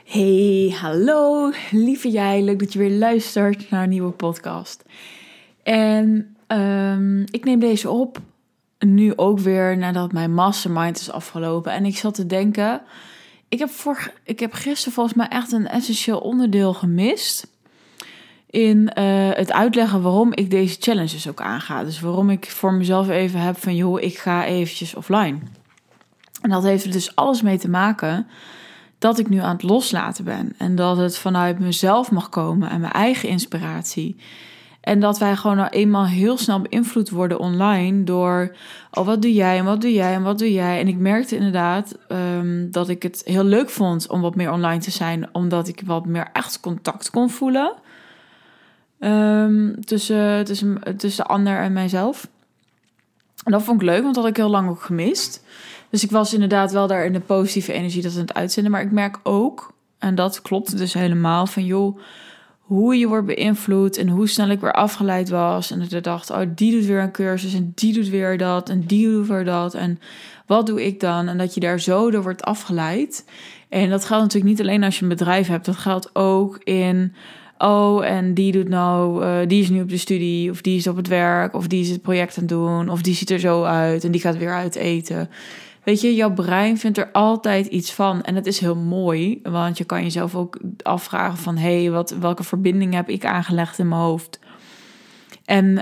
Hey, hallo, lieve jij. Leuk dat je weer luistert naar een nieuwe podcast. En ik neem deze op, nu ook weer nadat mijn mastermind is afgelopen. En ik zat te denken, ik heb gisteren volgens mij echt een essentieel onderdeel gemist in het uitleggen waarom ik deze challenges ook aanga. Dus waarom ik voor mezelf even heb van, joh, ik ga eventjes offline. En dat heeft er dus alles mee te maken dat ik nu aan het loslaten ben. En dat het vanuit mezelf mag komen en mijn eigen inspiratie. En dat wij gewoon nou eenmaal heel snel beïnvloed worden online door, oh, wat doe jij en wat doe jij en wat doe jij? En ik merkte inderdaad dat ik het heel leuk vond om wat meer online te zijn, omdat ik wat meer echt contact kon voelen tussen de ander en mijzelf. En dat vond ik leuk, want dat had ik heel lang ook gemist. Dus ik was inderdaad wel daar in de positieve energie dat aan het uitzenden. Maar ik merk ook, en dat klopt dus helemaal, van joh, hoe je wordt beïnvloed en hoe snel ik weer afgeleid was. En dat ik dacht, oh, die doet weer een cursus en die doet weer dat en die doet weer dat. En wat doe ik dan? En dat je daar zo door wordt afgeleid. En dat geldt natuurlijk niet alleen als je een bedrijf hebt. Dat geldt ook in, oh, en die doet nou, die is nu op de studie, of die is op het werk, of die is het project aan het doen, of die ziet er zo uit en die gaat weer uit eten. Weet je, jouw brein vindt er altijd iets van. En het is heel mooi, want je kan jezelf ook afvragen van, hey, welke verbinding heb ik aangelegd in mijn hoofd? En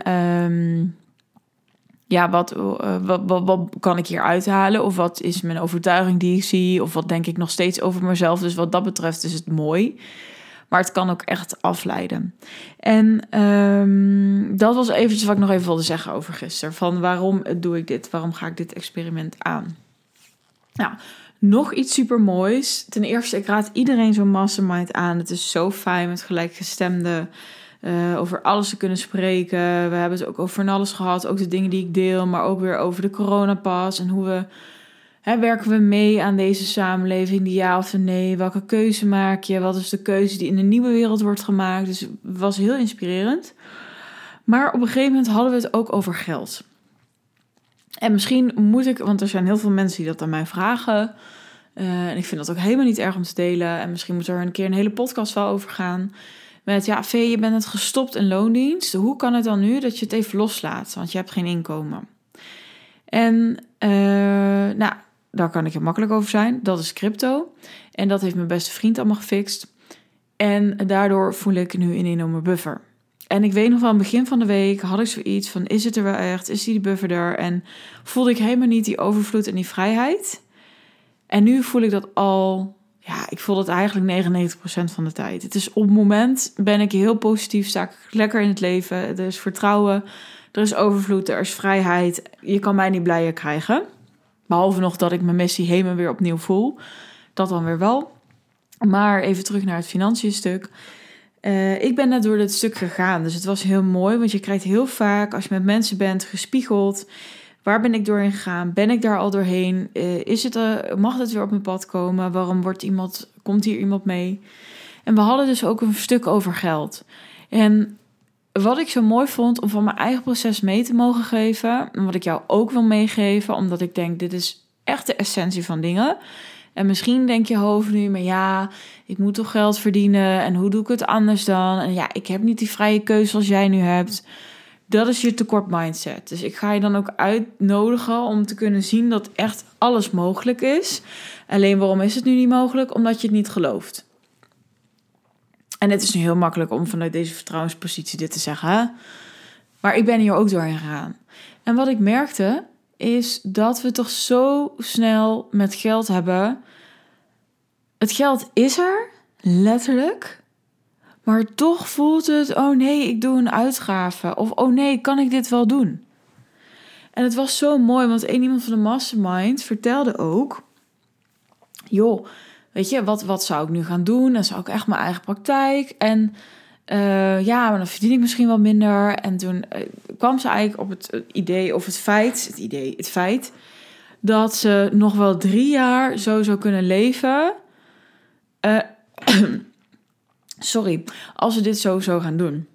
wat kan ik hier uithalen? Of wat is mijn overtuiging die ik zie? Of wat denk ik nog steeds over mezelf? Dus wat dat betreft is het mooi. Maar het kan ook echt afleiden. En dat was eventjes wat ik nog even wilde zeggen over gisteren. Van waarom doe ik dit? Waarom ga ik dit experiment aan? Nou, nog iets supermoois. Ten eerste, ik raad iedereen zo'n mastermind aan. Het is zo fijn met gelijkgestemden over alles te kunnen spreken. We hebben het ook over van alles gehad. Ook de dingen die ik deel, maar ook weer over de coronapas. En hoe werken we mee aan deze samenleving? Die ja of de nee? Welke keuze maak je? Wat is de keuze die in de nieuwe wereld wordt gemaakt? Dus het was heel inspirerend. Maar op een gegeven moment hadden we het ook over geld. En misschien moet ik, want er zijn heel veel mensen die dat aan mij vragen. En ik vind dat ook helemaal niet erg om te delen. En misschien moet er een keer een hele podcast wel over gaan. Met, ja, Vee, je bent net gestopt in loondienst. Hoe kan het dan nu dat je het even loslaat? Want je hebt geen inkomen. En daar kan ik heel makkelijk over zijn. Dat is crypto. En dat heeft mijn beste vriend allemaal gefixt. En daardoor voel ik nu een enorme buffer. En ik weet nog wel, aan het begin van de week had ik zoiets van, is het er wel echt? Is die buffer er? En voelde ik helemaal niet die overvloed en die vrijheid. En nu voel ik dat al, ik voel dat eigenlijk 99% van de tijd. Het is op het moment, ben ik heel positief, sta ik lekker in het leven. Er is vertrouwen, er is overvloed, er is vrijheid. Je kan mij niet blijer krijgen. Behalve nog dat ik mijn missie helemaal weer opnieuw voel. Dat dan weer wel. Maar even terug naar het financiën stuk. Ik ben net door dit stuk gegaan, dus het was heel mooi. Want je krijgt heel vaak, als je met mensen bent, gespiegeld. Waar ben ik doorheen gegaan? Ben ik daar al doorheen? Mag het weer op mijn pad komen? Komt hier iemand mee? En we hadden dus ook een stuk over geld. En wat ik zo mooi vond om van mijn eigen proces mee te mogen geven. En wat ik jou ook wil meegeven. Omdat ik denk, dit is echt de essentie van dingen. En misschien denk je hoofd nu, maar ja, ik moet toch geld verdienen. En hoe doe ik het anders dan? En ja, ik heb niet die vrije keuze zoals jij nu hebt. Dat is je tekort mindset. Dus ik ga je dan ook uitnodigen om te kunnen zien dat echt alles mogelijk is. Alleen waarom is het nu niet mogelijk? Omdat je het niet gelooft. En het is nu heel makkelijk om vanuit deze vertrouwenspositie dit te zeggen. Hè? Maar ik ben hier ook doorheen gegaan. En wat ik merkte is dat we toch zo snel met geld hebben. Het geld is er, letterlijk. Maar toch voelt het, oh nee, ik doe een uitgave. Of oh nee, kan ik dit wel doen? En het was zo mooi, want iemand van de mastermind vertelde ook, joh, weet je, wat zou ik nu gaan doen? Dan zou ik echt mijn eigen praktijk. En maar dan verdien ik misschien wel minder. En toen kwam ze eigenlijk op het idee, of het feit dat ze nog wel 3 jaar zo zou kunnen leven. Als we dit zo gaan doen.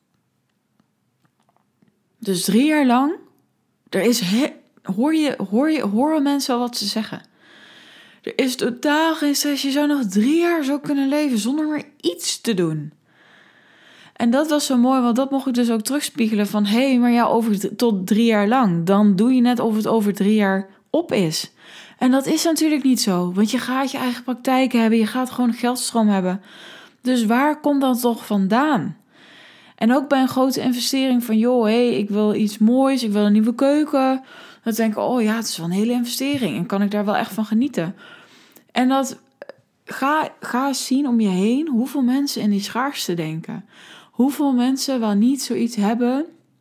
Dus 3 jaar lang, horen mensen wel wat ze zeggen. Er is totaal geen stress. Je zou nog 3 jaar zo kunnen leven zonder maar iets te doen. En dat was zo mooi, want dat mocht ik dus ook terugspiegelen van... maar ja, tot 3 jaar lang. Dan doe je net of het over 3 jaar op is. En dat is natuurlijk niet zo. Want je gaat je eigen praktijken hebben. Je gaat gewoon een geldstroom hebben. Dus waar komt dat toch vandaan? En ook bij een grote investering van... ik wil iets moois. Ik wil een nieuwe keuken. Dan denk ik, het is wel een hele investering. En kan ik daar wel echt van genieten? En dat... Ga eens zien om je heen hoeveel mensen in die schaarste denken. Hoeveel mensen wel niet zoiets hebben.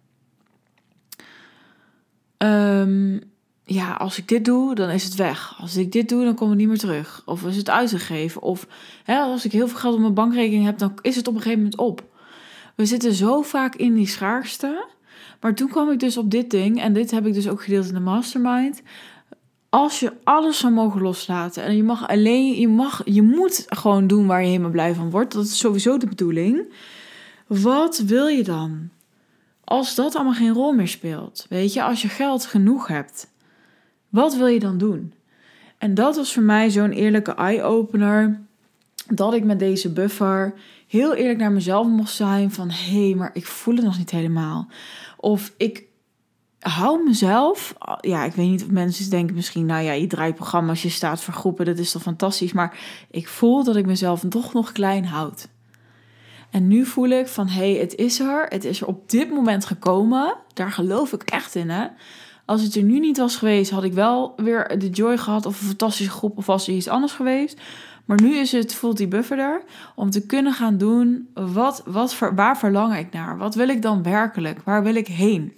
Als ik dit doe, dan is het weg. Als ik dit doe, dan komt het niet meer terug. Of is het uitgegeven. Of als ik heel veel geld op mijn bankrekening heb, dan is het op een gegeven moment op. We zitten zo vaak in die schaarste. Maar toen kwam ik dus op dit ding. En dit heb ik dus ook gedeeld in de mastermind. Als je alles zou mogen loslaten. En je moet gewoon doen waar je helemaal blij van wordt. Dat is sowieso de bedoeling. Wat wil je dan? Als dat allemaal geen rol meer speelt. Weet je, als je geld genoeg hebt. Wat wil je dan doen? En dat was voor mij zo'n eerlijke eye-opener. Dat ik met deze buffer heel eerlijk naar mezelf mocht zijn. Van maar ik voel het nog niet helemaal. Of ik hou mezelf... Ja, ik weet niet of mensen denken misschien... je draait programma's, je staat voor groepen. Dat is toch fantastisch. Maar ik voel dat ik mezelf toch nog klein houd. En nu voel ik van, het is er. Het is er op dit moment gekomen. Daar geloof ik echt in, hè. Als het er nu niet was geweest, had ik wel weer de joy gehad... of een fantastische groep, of was er iets anders geweest. Maar nu voelt die buffer er... om te kunnen gaan doen, waar verlang ik naar? Wat wil ik dan werkelijk? Waar wil ik heen?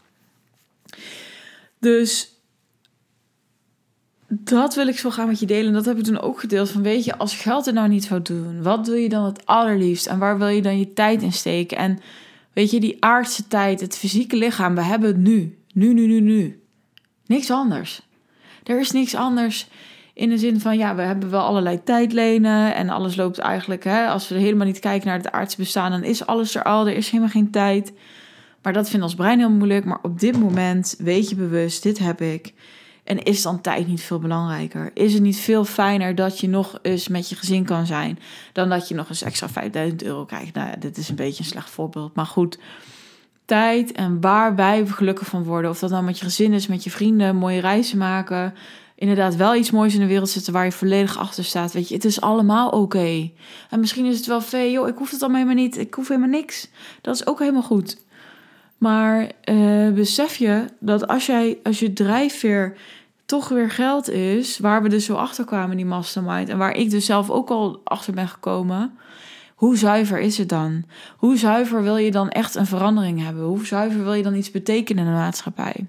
Dus... dat wil ik zo graag met je delen. En dat heb ik toen ook gedeeld. Van weet je, als geld er nou niet zou doen. Wat wil je dan het allerliefst? En waar wil je dan je tijd in steken? En weet je, die aardse tijd, het fysieke lichaam. We hebben het nu. Nu. Niks anders. Er is niks anders in de zin van... we hebben wel allerlei tijdlenen. En alles loopt eigenlijk... als we helemaal niet kijken naar het aardse bestaan... dan is alles er al. Er is helemaal geen tijd. Maar dat vindt ons brein heel moeilijk. Maar op dit moment weet je bewust, dit heb ik... En is dan tijd niet veel belangrijker? Is het niet veel fijner dat je nog eens met je gezin kan zijn... dan dat je nog eens extra €5.000 krijgt? Nou ja, dit is een beetje een slecht voorbeeld. Maar goed, tijd en waar wij gelukkig van worden... of dat nou met je gezin is, met je vrienden, mooie reizen maken... inderdaad wel iets moois in de wereld zetten waar je volledig achter staat. Weet je, het is allemaal oké. En misschien is het wel veel, ik hoef het allemaal helemaal niet. Ik hoef helemaal niks. Dat is ook helemaal goed. Maar besef je dat als je drijfveer toch weer geld is... waar we dus zo achter kwamen in die mastermind... en waar ik dus zelf ook al achter ben gekomen... hoe zuiver is het dan? Hoe zuiver wil je dan echt een verandering hebben? Hoe zuiver wil je dan iets betekenen in de maatschappij?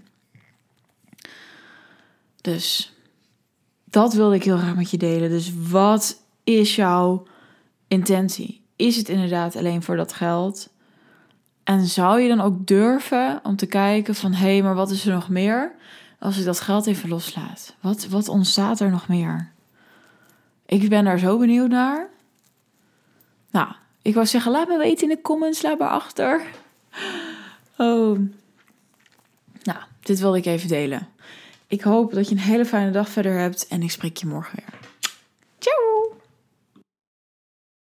Dus dat wilde ik heel graag met je delen. Dus wat is jouw intentie? Is het inderdaad alleen voor dat geld... En zou je dan ook durven om te kijken van... maar wat is er nog meer als ik dat geld even loslaat? Wat ontstaat er nog meer? Ik ben daar zo benieuwd naar. Nou, ik wou zeggen, laat me weten in de comments, laat maar achter. Oh. Nou, dit wilde ik even delen. Ik hoop dat je een hele fijne dag verder hebt en ik spreek je morgen weer.